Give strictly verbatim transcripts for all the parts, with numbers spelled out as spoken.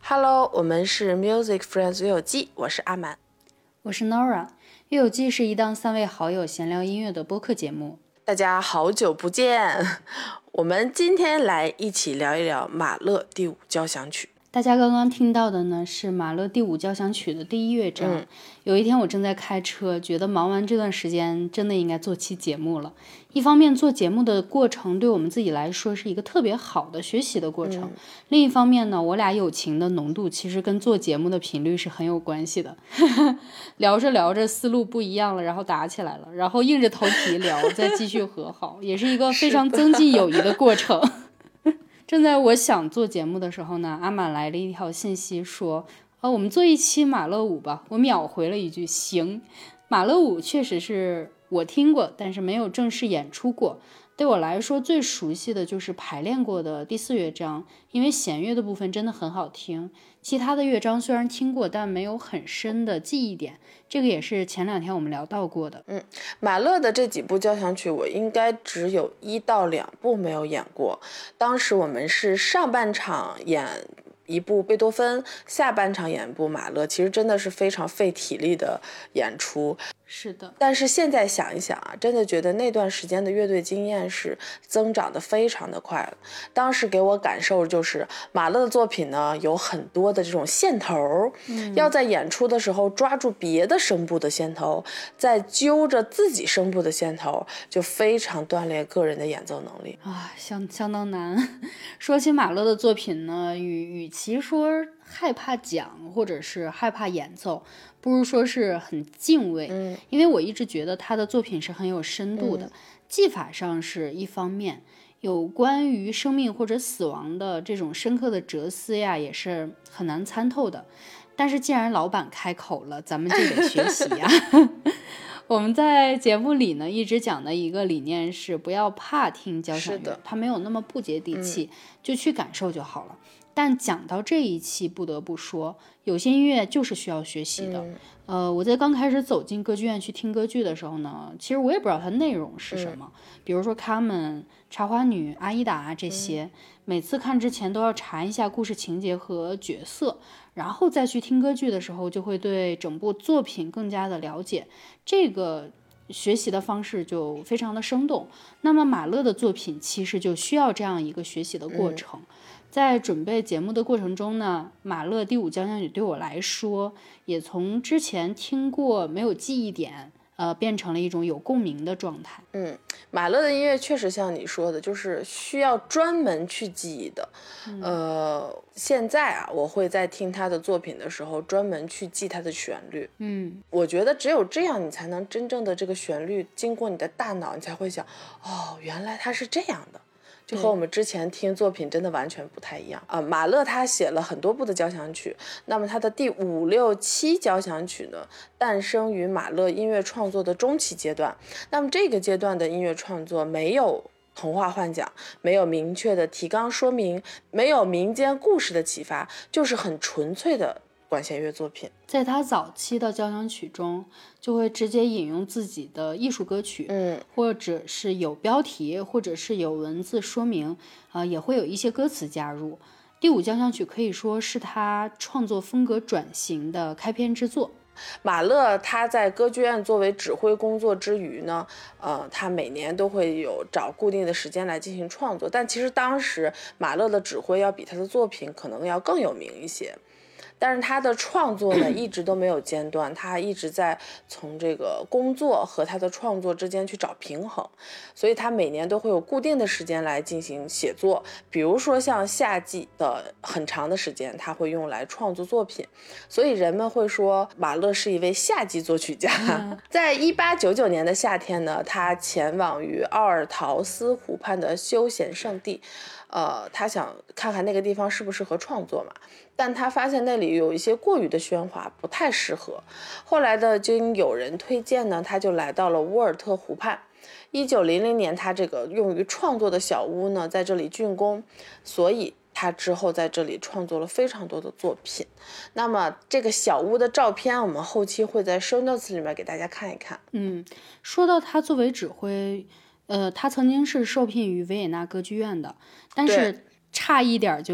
Hello， 我们是 Music Friends 乐友记，我是阿满， 我是 Nora。乐友记是一档三位好友闲聊音乐的播客节目。 大家好久不见，我们今天来一起聊一聊马勒第五交响曲。 大家刚刚听到的呢是马勒第五交响曲的第一乐章、嗯、有一天我正在开车，觉得忙完这段时间真的应该做期节目了。一方面做节目的过程对我们自己来说是一个特别好的学习的过程、嗯、另一方面呢，我俩友情的浓度其实跟做节目的频率是很有关系的聊着聊着思路不一样了，然后打起来了，然后硬着头皮聊再继续和好，也是一个非常增进友谊的过程正在我想做节目的时候呢，阿满来了一条信息说、哦、我们做一期马勒五吧。我秒回了一句行。马勒五确实是我听过，但是没有正式演出过。对我来说最熟悉的就是排练过的第四乐章，因为弦乐的部分真的很好听。其他的乐章虽然听过，但没有很深的记忆点，这个也是前两天我们聊到过的。 嗯，马勒的这几部交响曲我应该只有一到两部没有演过。当时我们是上半场演一部贝多芬，下半场演一部马勒，其实真的是非常费体力的演出。 是的， 但是现在想一想啊，真的觉得那段时间的乐队经验是增长的非常的快。当时给我感受就是马勒的作品呢有很多的这种线头、嗯、要在演出的时候抓住别的声部的线头，再揪着自己声部的线头，就非常锻炼个人的演奏能力啊，相相当难。说起马勒的作品呢，与与其说害怕讲或者是害怕演奏，不如说是很敬畏、嗯、因为我一直觉得他的作品是很有深度的、嗯、技法上是一方面，有关于生命或者死亡的这种深刻的哲思呀也是很难参透的。但是既然老板开口了，咱们就得学习呀我们在节目里呢一直讲的一个理念是不要怕听交响乐，它没有那么不接地气、嗯、就去感受就好了。但讲到这一期不得不说，有些音乐就是需要学习的、嗯、呃，我在刚开始走进歌剧院去听歌剧的时候呢，其实我也不知道它内容是什么、嗯、比如说卡门、茶花女、阿依达这些、嗯、每次看之前都要查一下故事情节和角色，然后再去听歌剧的时候就会对整部作品更加的了解，这个学习的方式就非常的生动。那么马勒的作品其实就需要这样一个学习的过程、嗯，在准备节目的过程中呢，马勒第五交响曲对我来说也从之前听过没有记忆点呃，变成了一种有共鸣的状态。 嗯，马勒的音乐确实像你说的就是需要专门去记忆的、嗯、呃，现在啊我会在听他的作品的时候专门去记他的旋律。嗯，我觉得只有这样你才能真正的这个旋律经过你的大脑，你才会想哦原来它是这样的，就和我们之前听作品真的完全不太一样啊、呃！马勒他写了很多部的交响曲，那么他的第五六七交响曲呢，诞生于马勒音乐创作的中期阶段。那么这个阶段的音乐创作没有童话幻想，没有明确的提纲说明，没有民间故事的启发，就是很纯粹的管弦乐作品。 在他早期的交响曲中就会直接引用自己的艺术歌曲，嗯，或者是有标题，或者是有文字说明、呃、也会有一些歌词加入。第五交响曲可以说是他创作风格转型的开篇之作。 马勒他在歌剧院作为指挥工作之余呢，呃，他每年都会有找固定的时间来进行创作，但其实当时马勒的指挥要比他的作品可能要更有名一些。但是他的创作呢一直都没有间断，他一直在从这个工作和他的创作之间去找平衡，所以他每年都会有固定的时间来进行写作。比如说像夏季的很长的时间他会用来创作作品，所以人们会说马勒是一位夏季作曲家、嗯、在一八九九年的夏天呢，他前往于奥尔陶斯湖畔的休闲胜地，呃，他想看看那个地方适不适合创作嘛，但他发现那里有一些过于的喧哗，不太适合。后来的经有人推荐呢，他就来到了沃尔特湖畔。一九零零年，他这个用于创作的小屋呢，在这里竣工，所以他之后在这里创作了非常多的作品。那么这个小屋的照片，我们后期会在 show notes 里面给大家看一看。 嗯，说到他作为指挥，呃，他曾经是受聘于维也纳歌剧院的，但是差一点就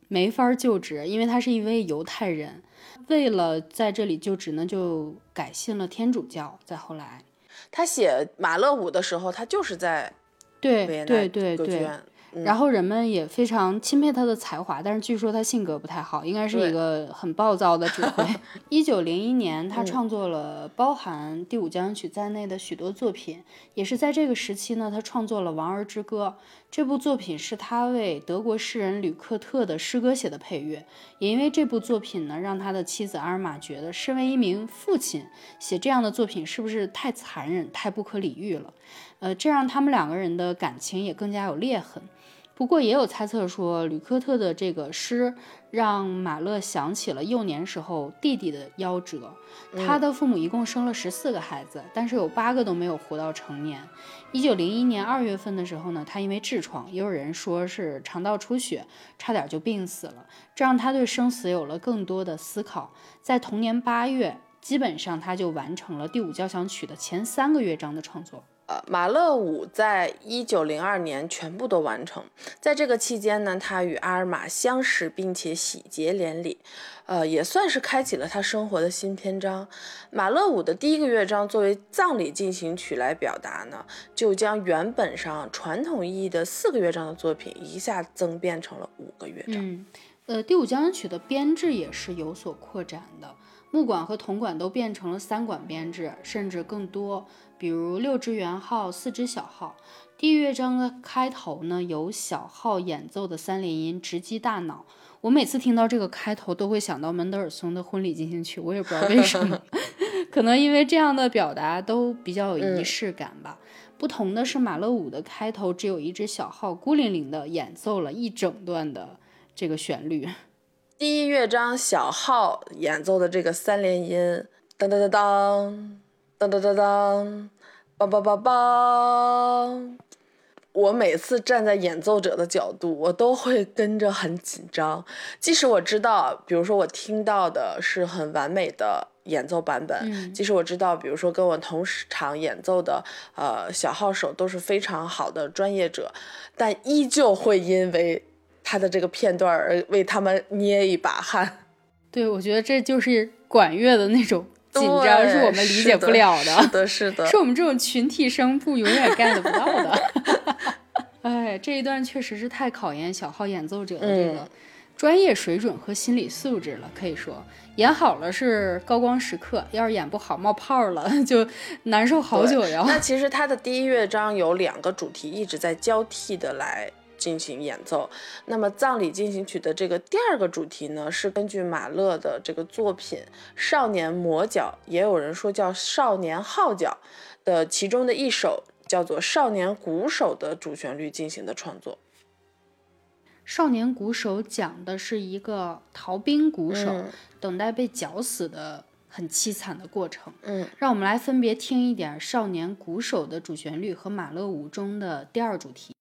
没法就职，因为他是一位犹太人，为了在这里就职呢，就改信了天主教。再后来， 他写马勒五的时候，他就是在对维也纳对对对歌剧院。 然后人们也非常钦佩他的才华，但是据说他性格不太好，应该是一个很暴躁的指挥。一九零一年，他创作了包含第五交响曲在内的许多作品，也是在这个时期呢，他创作了《王儿之歌》。这部作品是他为德国诗人吕克特的诗歌写的配乐，也因为这部作品呢，让他的妻子阿尔玛觉得，身为一名父亲写这样的作品是不是太残忍、太不可理喻了？呃，这让他们两个人的感情也更加有裂痕。不过也有猜测说，吕克特的这个诗让马勒想起了幼年时候弟弟的夭折。他的父母一共生了十四个孩子，但是有八个都没有活到成年。一九零一年二月份的时候呢，他因为痔疮，也有人说是肠道出血，差点就病死了。这让他对生死有了更多的思考。在同年八月，基本上他就完成了第五交响曲的前三个乐章的创作。 呃，马勒五在一九零二年全部都完成。在这个期间呢，他与阿尔玛相识，并且喜结连理，呃，也算是开启了他生活的新篇章。马勒五的第一个乐章作为葬礼进行曲来表达呢，就将原本上传统意义的四个乐章的作品一下增变成了五个乐章。 嗯，呃，第五交响曲的编制也是有所扩展的，木管和铜管都变成了三管编制，甚至更多。比如六支圆号，四支小号。第一乐章的开头呢，由小号演奏的三连音直击大脑。我每次听到这个开头，都会想到门德尔松的婚礼进行曲，我也不知道为什么，可能因为这样的表达都比较有仪式感吧。嗯、不同的是，马勒五的开头只有一支小号孤零零的演奏了一整段的这个旋律。 第一乐章小号演奏的这个三连音，当当当当。当当当当，梆梆梆梆！我每次站在演奏者的角度，我都会跟着很紧张。即使我知道，比如说我听到的是很完美的演奏版本， 嗯、 即使我知道，比如说跟我同场演奏的呃小号手都是非常好的专业者，但依旧会因为他的这个片段而为他们捏一把汗。 对，我觉得这就是管乐的那种紧张，是我们理解不了的， 是的，是的， 是我们这种群体声部永远 get 不到的。哎，这一段确实是太考验小号演奏者的这个专业水准和心理素质了。可以说，演好了是高光时刻，要是演不好冒泡了，就难受好久呀。 那其实它的第一乐章有两个主题一直在交替的来进行演奏。那么葬礼进行曲的这个第二个主题呢，是根据马勒的这个作品《少年魔角》，也有人说叫《少年号角》的其中的一首叫做《少年鼓手》的主旋律进行的创作。 少年鼓手讲的是一个逃兵鼓手、嗯、等待被绞死的很凄惨的过程。 嗯， 让我们来分别听一点少年鼓手的主旋律和马勒五中的第二主题。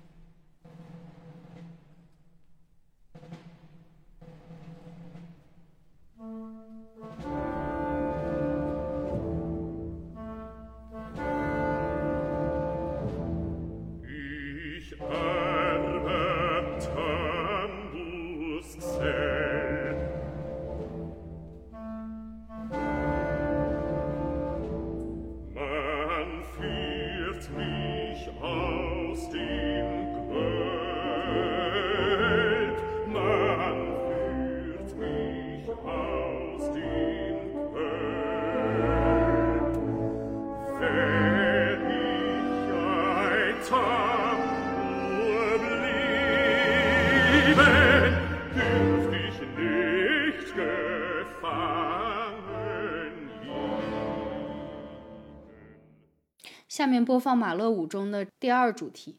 下面播放马勒五中的第二主题。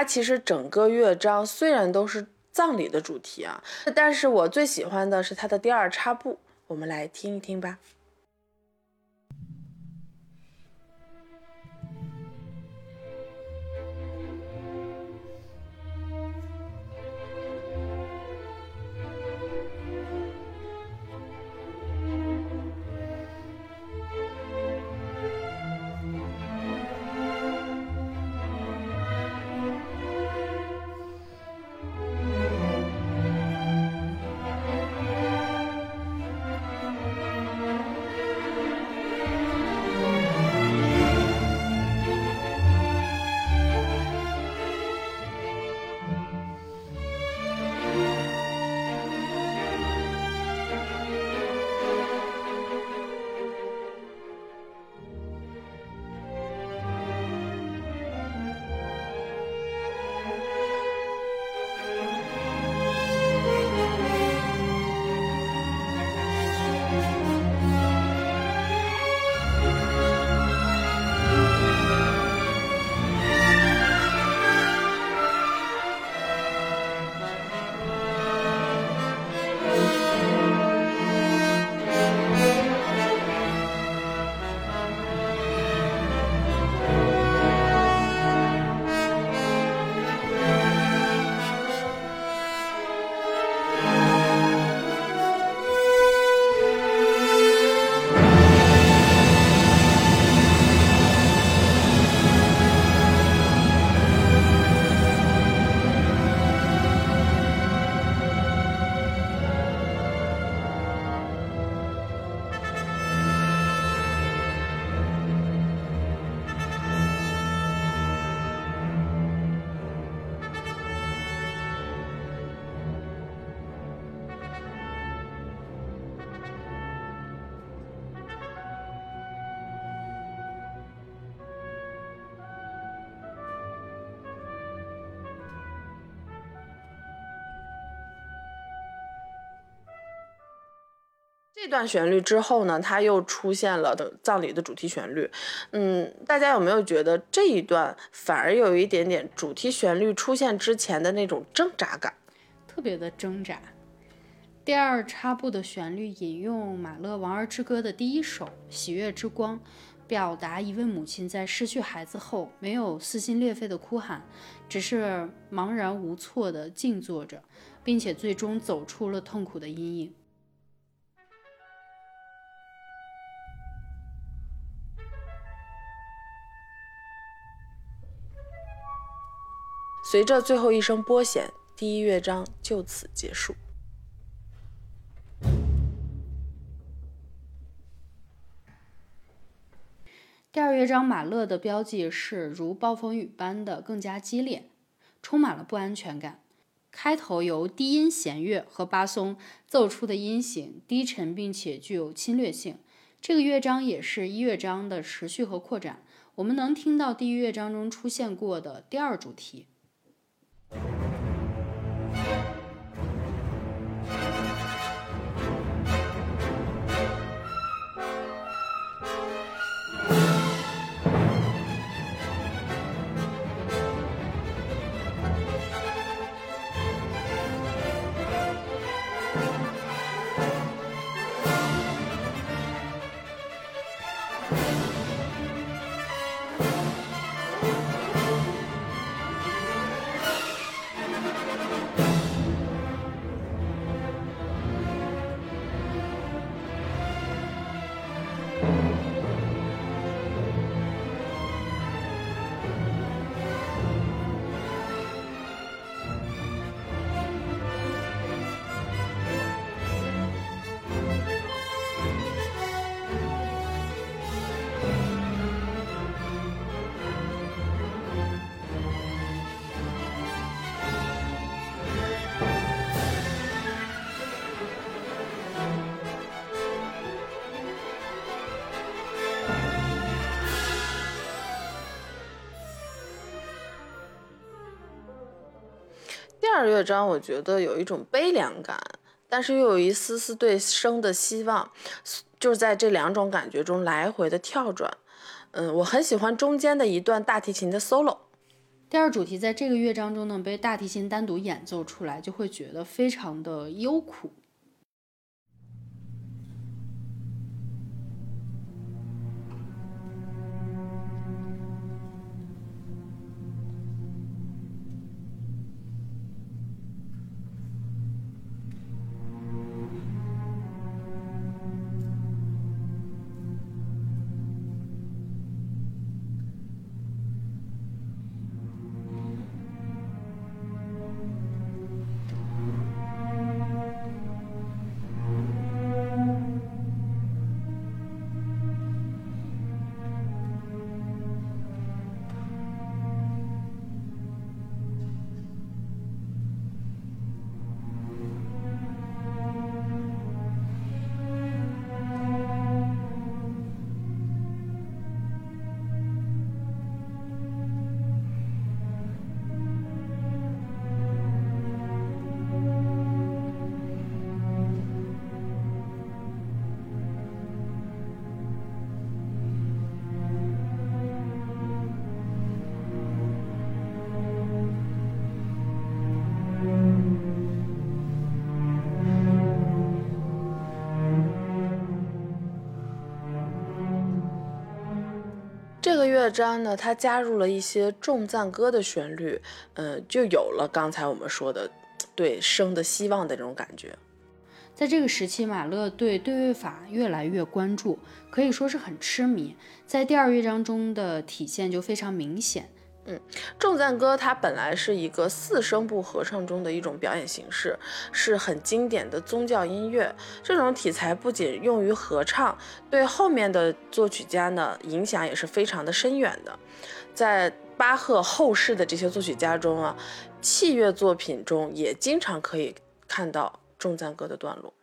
它其实整个乐章虽然都是葬礼的主题啊，但是我最喜欢的是它的第二插部，我们来听一听吧。这段旋律之后呢，它又出现了葬礼的主题旋律。嗯，大家有没有觉得这一段反而有一点点主题旋律出现之前的那种挣扎感， 特别的挣扎。第二插部的旋律引用马勒《王儿之歌》的第一首《喜悦之光》，表达一位母亲在失去孩子后没有撕心裂肺的哭喊，只是茫然无措地静坐着，并且最终走出了痛苦的阴影。 随着最后一声拨弦，第一乐章就此结束。 第二乐章马勒的标记是如暴风雨般的更加激烈，充满了不安全感。开头由低音弦乐和巴松奏出的音型低沉并且具有侵略性。这个乐章也是一乐章的持续和扩展，我们能听到第一乐章中出现过的第二主题。 第二乐章我觉得有一种悲凉感，但是又有一丝丝对生的希望，就是在这两种感觉中来回的跳转。嗯，我很喜欢中间的一段大提琴的 solo。 第二主题在这个乐章中呢被大提琴单独演奏出来，就会觉得非常的忧苦。 这个乐章呢，它加入了一些重赞歌的旋律，嗯、呃，就有了刚才我们说的对生的希望的这种感觉。 在这个时期，马勒对对位法越来越关注，可以说是很痴迷，在第二乐章中的体现就非常明显。 嗯，重赞歌它本来是一个四声部合唱中的一种表演形式，是很经典的宗教音乐。这种题材不仅用于合唱，对后面的作曲家呢影响也是非常的深远的。在巴赫后世的这些作曲家中啊，器乐作品中也经常可以看到重赞歌的段落。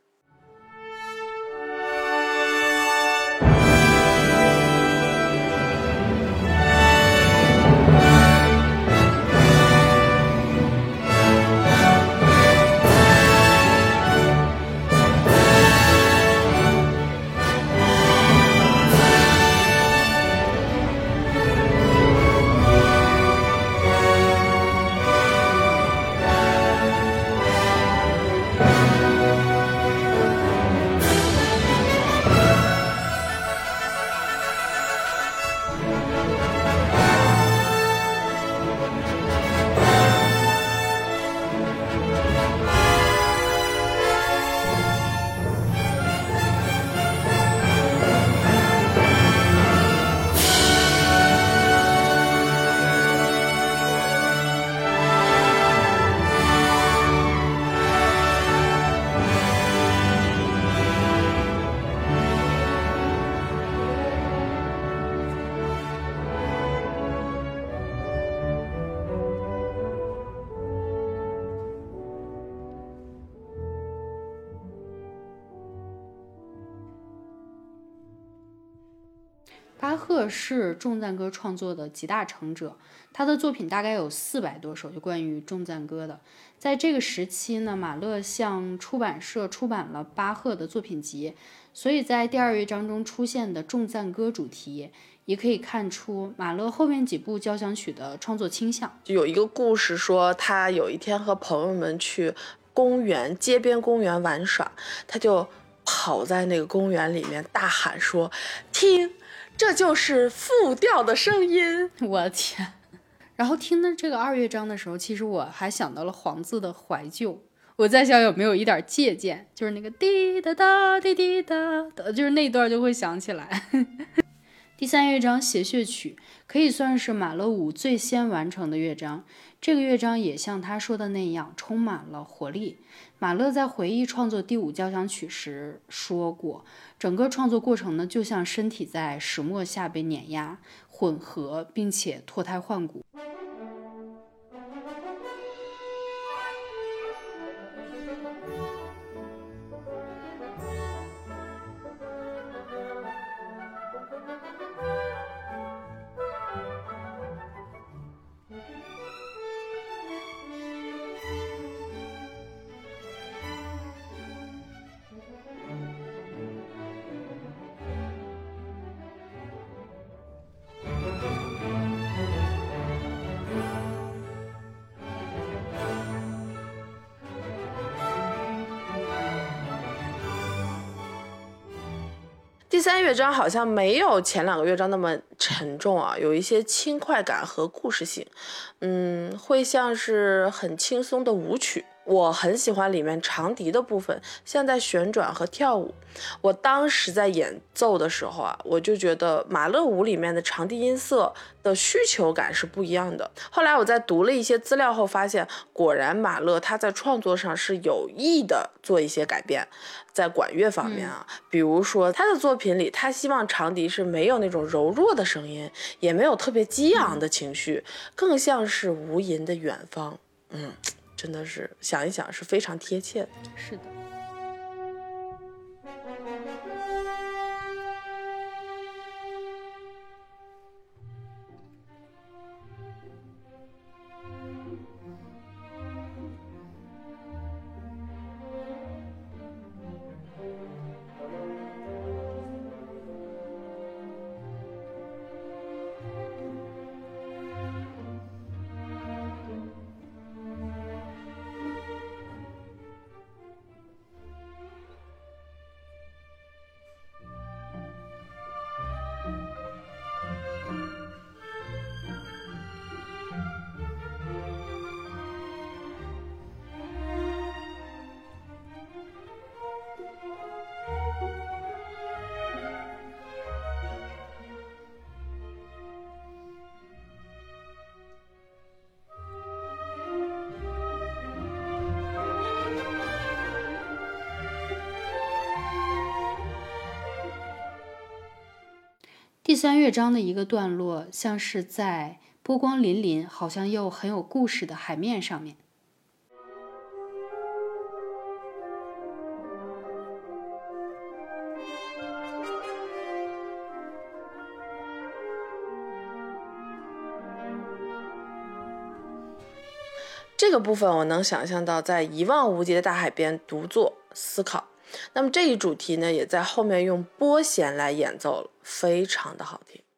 巴赫是重赞歌创作的集大成者，他的作品大概有四百多首，就关于重赞歌的。在这个时期呢，马勒向出版社出版了巴赫的作品集，所以在第二乐章中出现的重赞歌主题，也可以看出马勒后面几部交响曲的创作倾向。 就有一个故事说，他有一天和朋友们去公园街边公园玩耍，他就跑在那个公园里面大喊说：“听！”这就是复调的声音， 我的天！然后听的这个二乐章的时候，其实我还想到了黄自的怀旧，我在想有没有一点借鉴，就是那个滴答答滴滴答答，就是那段就会想起来。第三乐章谐谑曲可以算是马勒五最先完成的乐章，这个乐章也像他说的那样充满了活力。马勒在回忆创作第五交响曲时说过，整个创作过程呢，就像身体在石磨下被碾压、混合，并且脱胎换骨。 第三乐章好像没有前两个乐章那么沉重啊，有一些轻快感和故事性，嗯，会像是很轻松的舞曲。我很喜欢里面长笛的部分，像在旋转和跳舞。我当时在演奏的时候啊，我就觉得马勒舞里面的长笛音色的需求感是不一样的。后来我在读了一些资料后发现，果然马勒他在创作上是有意的做一些改变，在管乐方面啊，嗯、比如说他的作品里，他希望长笛是没有那种柔弱的声音，也没有特别激昂的情绪，嗯、更像是无垠的远方。嗯。真的是想一想是非常贴切的。 是的。第三乐章的一个段落，像是在波光粼粼，好像又很有故事的海面上面。 这个部分我能想象到在一望无际的大海边独坐思考。那么这一主题呢，也在后面用拨弦来演奏了，非常的好听。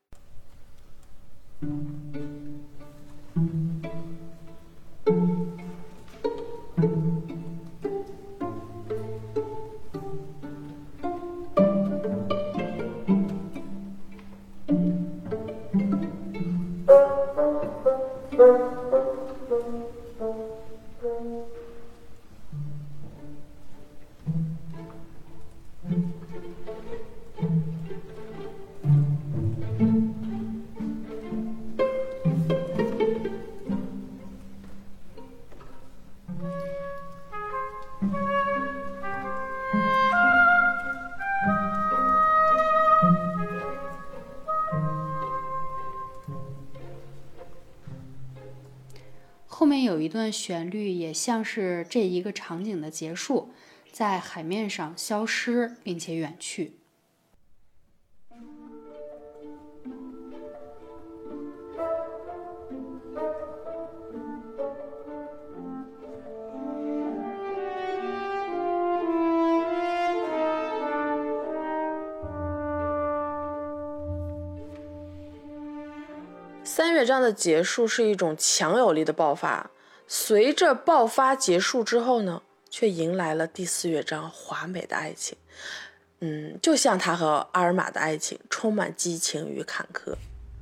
后面有一段旋律也像是这一个场景的结束，在海面上消失并且远去。 三乐章的结束是一种强有力的爆发，随着爆发结束之后呢，却迎来了第四乐章华美的爱情。嗯，就像他和阿尔玛的爱情，充满激情与坎坷。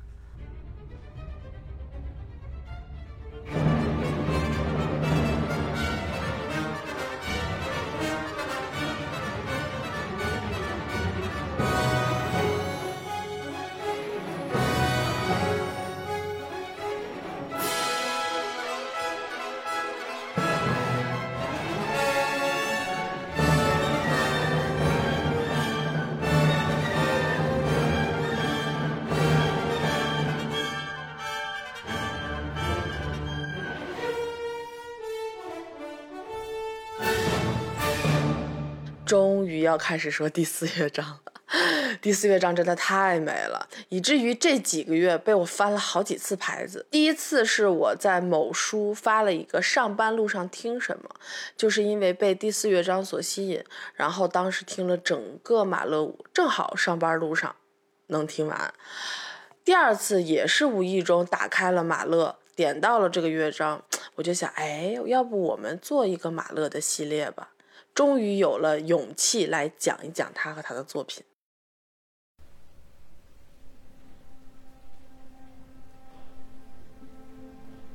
终于要开始说第四乐章了，第四乐章真的太美了，以至于这几个月被我翻了好几次牌子。第一次是我在某书发了一个上班路上听什么，就是因为被第四乐章所吸引，然后当时听了整个马勒舞，正好上班路上能听完。第二次也是无意中打开了马勒，点到了这个乐章，我就想，哎，要不我们做一个马勒的系列吧。终于有了勇气来讲一讲他和他的作品。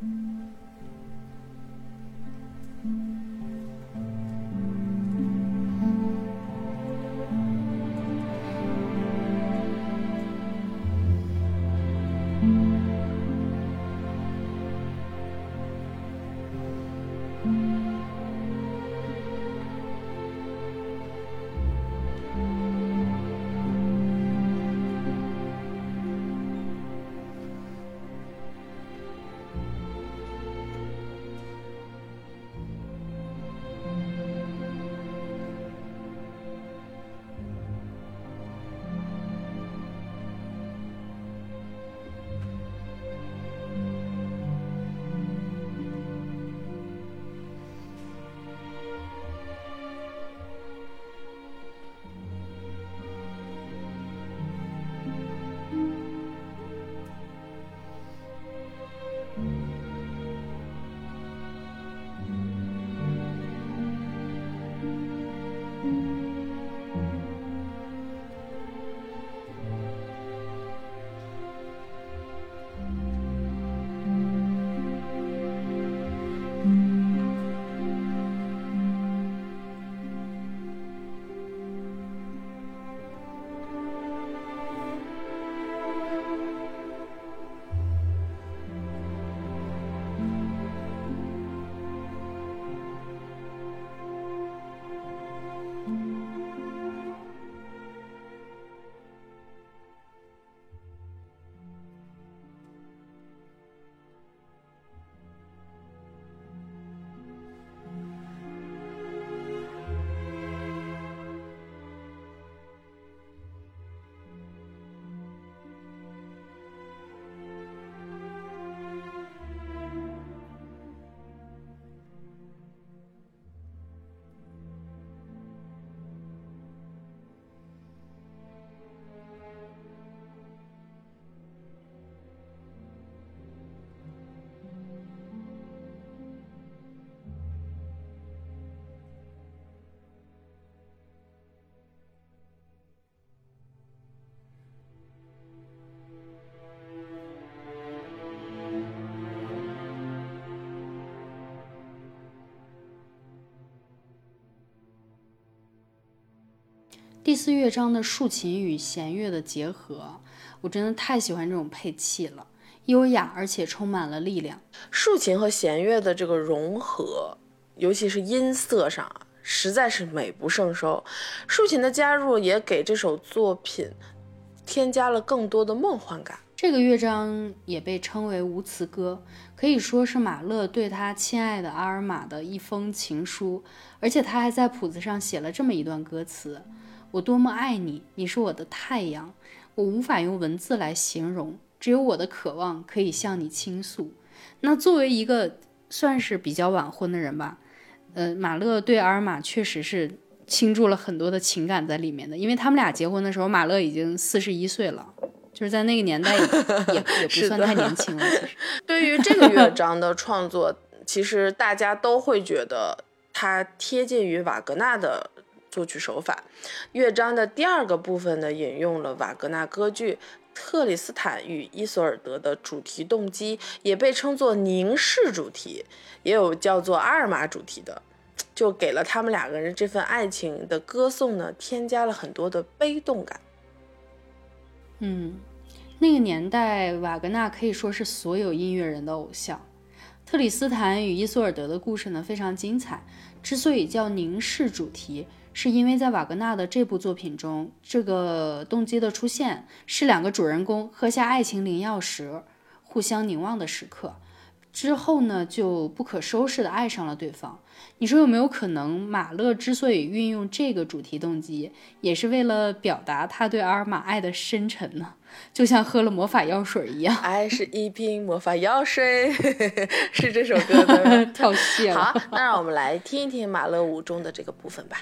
第四乐章的竖琴与弦乐的结合，我真的太喜欢这种配器了，优雅而且充满了力量。 竖琴和弦乐的这个融合，尤其是音色上啊，实在是美不胜收。竖琴的加入也给这首作品添加了更多的梦幻感。 这个乐章也被称为无词歌，可以说是马勒对他亲爱的阿尔玛的一封情书，而且他还在谱子上写了这么一段歌词：我多么爱你，你是我的太阳，我无法用文字来形容，只有我的渴望可以向你倾诉。那作为一个算是比较晚婚的人吧，呃，马勒对阿尔玛确实是倾注了很多的情感在里面的，因为他们俩结婚的时候，马勒已经四十一岁了，就是在那个年代 也, 也, 也不算太年轻了。其实对于这个乐章的创作，其实大家都会觉得它贴近于瓦格纳的作曲手法。乐章的第二个部分呢，引用了瓦格纳歌剧《特里斯坦与伊索尔德》的主题动机，也被称作凝视主题，也有叫做阿尔玛主题的，就给了他们两个人这份爱情的歌颂呢，添加了很多的悲动感。 嗯，那个年代瓦格纳可以说是所有音乐人的偶像。特里斯坦与伊索尔德的故事呢非常精彩，之所以叫凝视主题，是因为在瓦格纳的这部作品中，这个动机的出现是两个主人公喝下爱情灵药时互相凝望的时刻，之后呢就不可收拾的爱上了对方。你说有没有可能马勒之所以运用这个主题动机，也是为了表达他对阿尔玛爱的深沉呢？就像喝了魔法药水一样。 爱是一瓶魔法药水是这首歌的跳戏了。 好，那让我们来听一听马勒舞中的这个部分吧。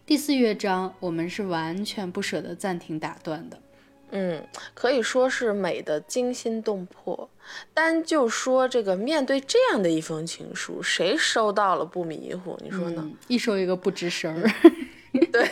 第四乐章我们是完全不舍得暂停打断的。 嗯，可以说是美的惊心动魄。单就说这个面对这样的一封情书，谁收到了不迷糊？你说呢？ 嗯、一收一个不吱声儿。 对，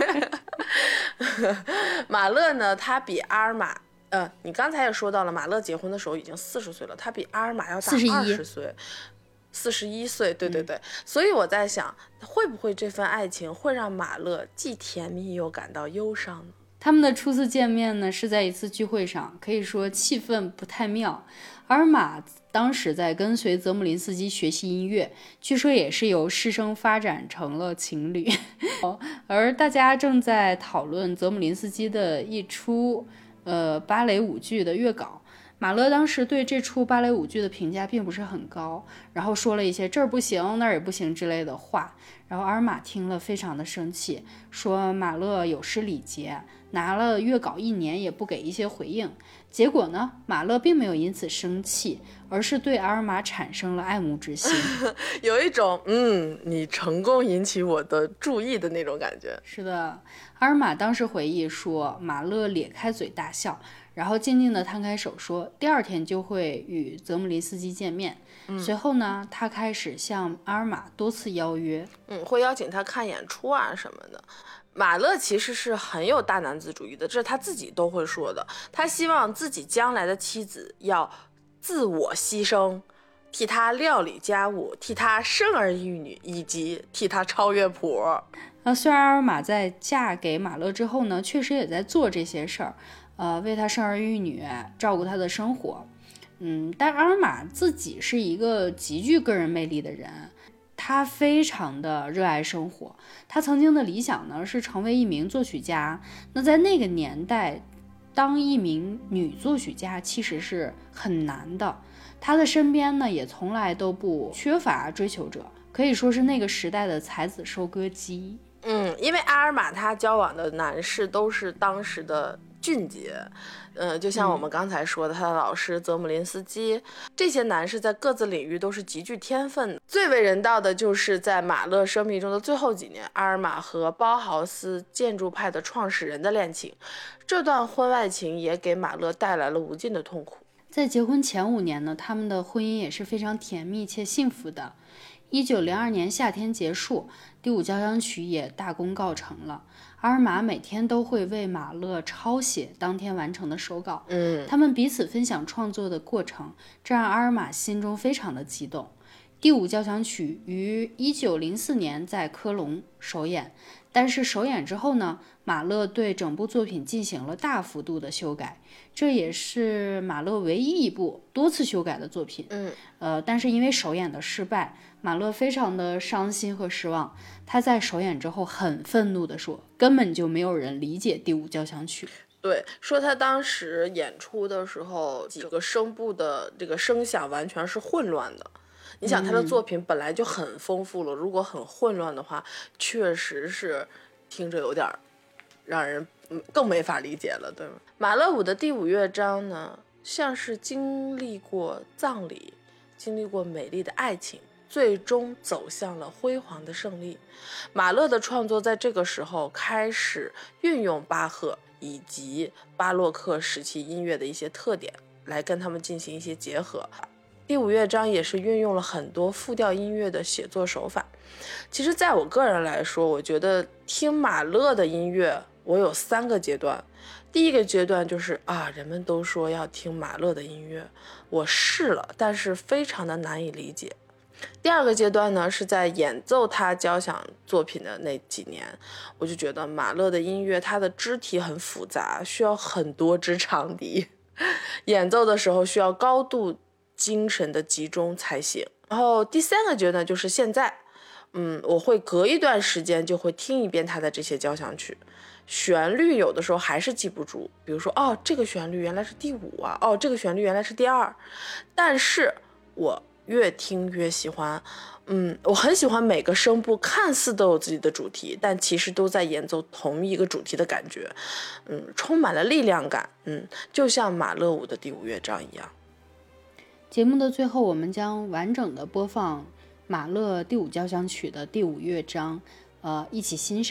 马勒呢，他比阿尔玛，呃，你刚才也说到了，马勒结婚的时候已经四十岁了，他比阿尔玛要大二十岁。四十一岁，对对对、嗯，所以我在想，会不会这份爱情会让马勒既甜蜜又感到忧伤呢？ 他们的初次见面呢，是在一次聚会上，可以说气氛不太妙。阿尔玛当时在跟随泽姆林斯基学习音乐，据说也是由师生发展成了情侣。而大家正在讨论泽姆林斯基的一出呃芭蕾舞剧的乐稿。马勒当时对这出芭蕾舞剧的评价并不是很高，然后说了一些这儿不行那儿也不行之类的话，然后阿尔玛听了非常的生气，说马勒有失礼节，拿了乐稿一年也不给一些回应。结果呢，马勒并没有因此生气，而是对阿尔玛产生了爱慕之心。 有一种嗯你成功引起我的注意的那种感觉。 是的，阿尔玛当时回忆说，马勒咧开嘴大笑，然后静静地摊开手说第二天就会与泽姆林斯基见面、嗯、随后呢，他开始向阿尔玛多次邀约， 嗯，会邀请他看演出啊什么的。马勒其实是很有大男子主义的，这是他自己都会说的，他希望自己将来的妻子要自我牺牲，替他料理家务，替他生儿育女，以及替他超越婆。 呃，虽然阿尔玛在嫁给马勒之后呢，确实也在做这些事儿，呃，为他生儿育女，照顾他的生活，嗯，但阿尔玛自己是一个极具个人魅力的人，他非常的热爱生活，他曾经的理想呢是成为一名作曲家。那在那个年代，当一名女作曲家其实是很难的，他的身边呢也从来都不缺乏追求者，可以说是那个时代的才子收割机。 嗯，因为阿尔玛他交往的男士都是当时的俊杰，呃，就像我们刚才说的，他的老师泽姆林斯基，这些男士在各自领域都是极具天分的。最为人道的就是在马勒生命中的最后几年，阿尔玛和包豪斯建筑派的创始人的恋情，这段婚外情也给马勒带来了无尽的痛苦。 在结婚前五年呢，他们的婚姻也是非常甜蜜且幸福的。一九零二年夏天结束，第五交响曲也大功告成了。阿尔玛每天都会为马勒抄写当天完成的手稿， 嗯， 他们彼此分享创作的过程，这让阿尔玛心中非常的激动。第五交响曲于一九零四年在科隆首演，但是首演之后呢，马勒对整部作品进行了大幅度的修改，这也是马勒唯一一部多次修改的作品。 嗯， 呃，但是因为首演的失败，马勒非常的伤心和失望。他在首演之后很愤怒地说，根本就没有人理解第五交响曲。 对，说他当时演出的时候，几个声部的这个声响完全是混乱的。你想他的作品本来就很丰富了、嗯、如果很混乱的话，确实是听着有点让人更没法理解了，对吗？马勒五的第五乐章呢，像是经历过葬礼，经历过美丽的爱情，最终走向了辉煌的胜利。马勒的创作在这个时候开始运用巴赫以及巴洛克时期音乐的一些特点来跟他们进行一些结合。第五乐章也是运用了很多复调音乐的写作手法。其实在我个人来说，我觉得听马勒的音乐我有三个阶段。第一个阶段就是啊，人们都说要听马勒的音乐，我试了，但是非常的难以理解。第二个阶段呢，是在演奏他交响作品的那几年，我就觉得马勒的音乐他的肢体很复杂，需要很多支长笛，演奏的时候需要高度精神的集中才行。然后第三个阶段就是现在，嗯，我会隔一段时间就会听一遍他的这些交响曲，旋律有的时候还是记不住，比如说哦，这个旋律原来是第五啊，哦，这个旋律原来是第二，但是我越听越喜欢。嗯，我很喜欢每个声部看似都有自己的主题，但其实都在演奏同一个主题的感觉，嗯，充满了力量感，嗯，就像马勒五的第五乐章一样。 节目的最后，我们将完整的播放马勒第五交响曲的第五乐章，呃，一起欣赏。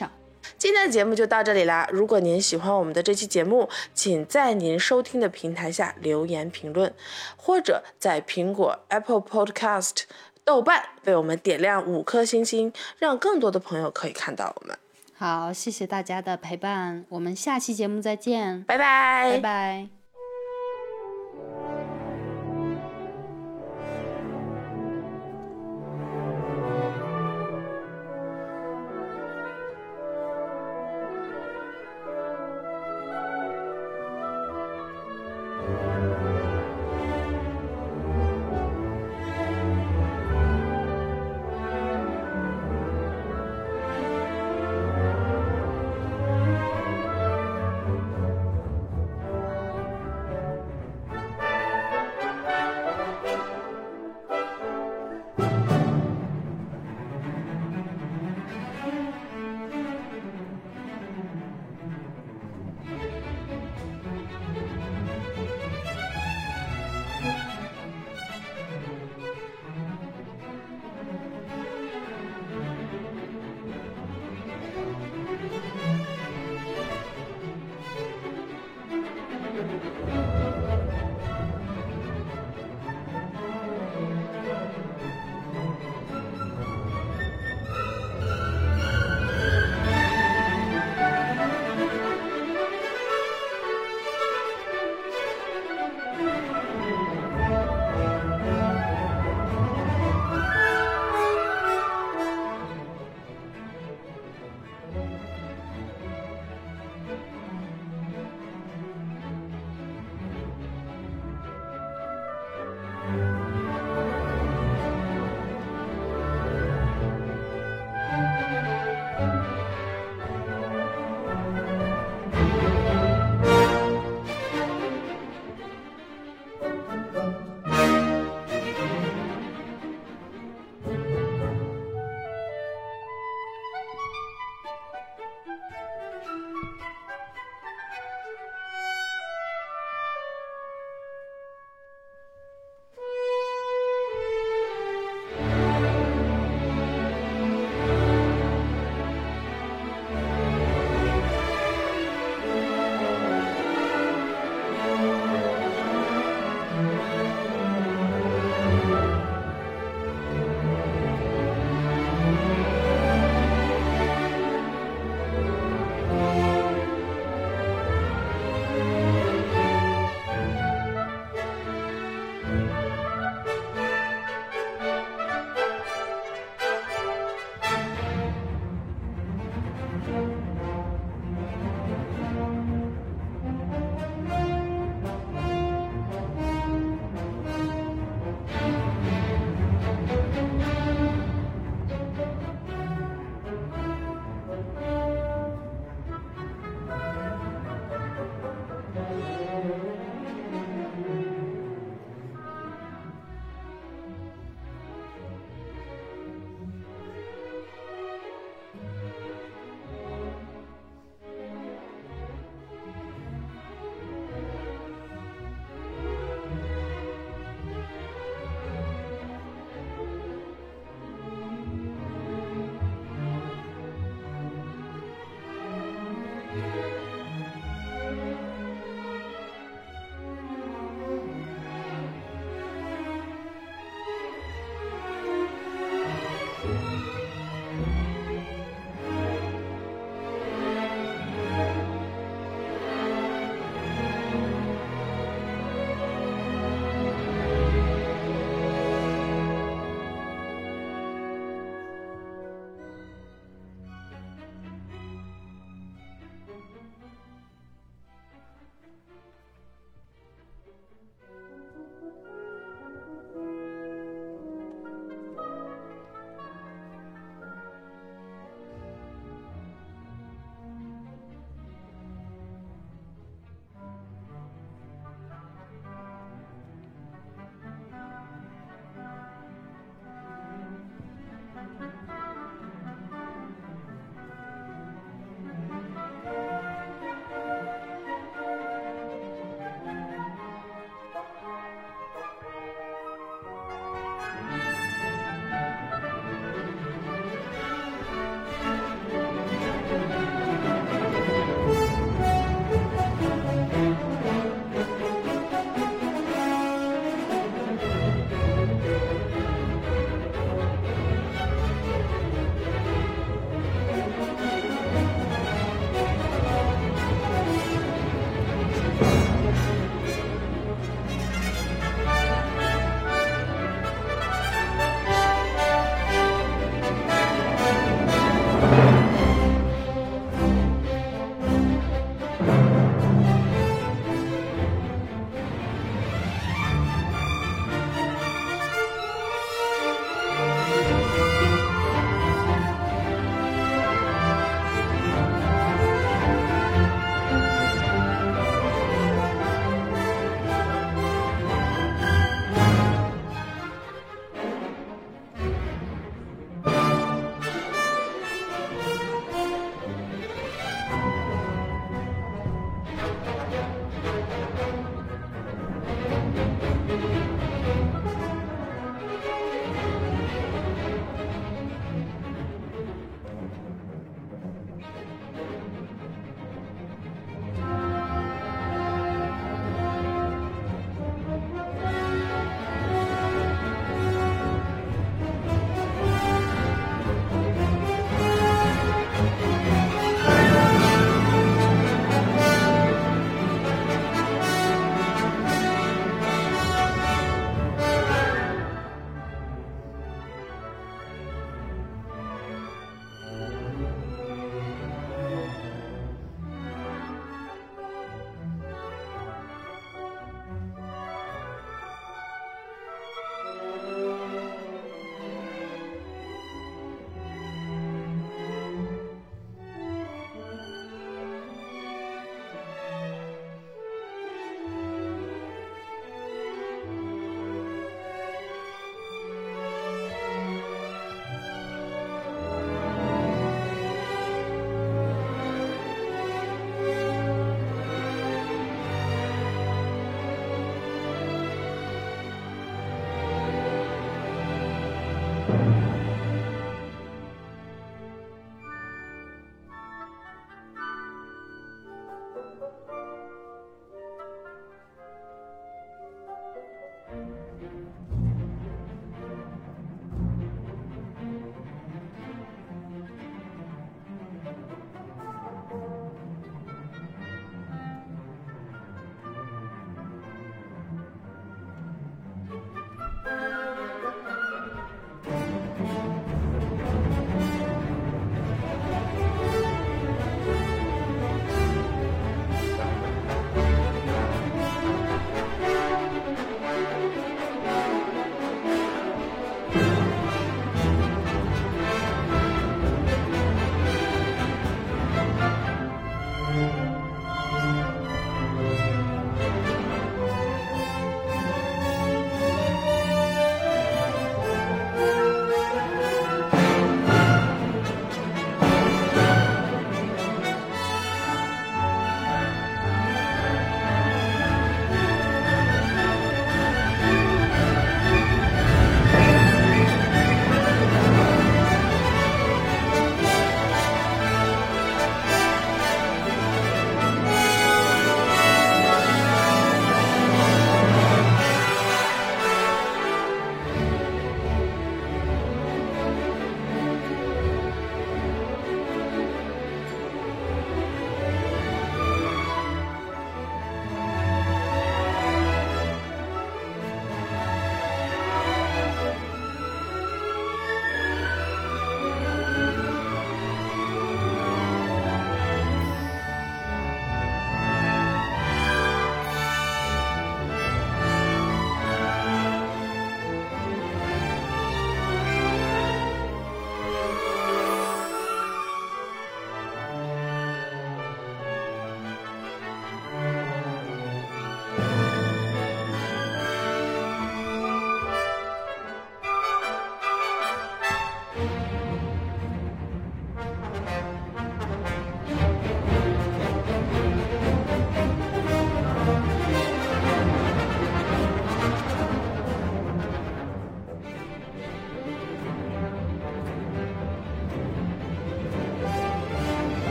今天的节目就到这里啦，如果您喜欢我们的这期节目，请在您收听的平台下留言评论，或者在苹果 Apple Podcast、 豆瓣为我们点亮五颗星星，让更多的朋友可以看到我们。 好，谢谢大家的陪伴，我们下期节目再见， 拜拜， 拜拜。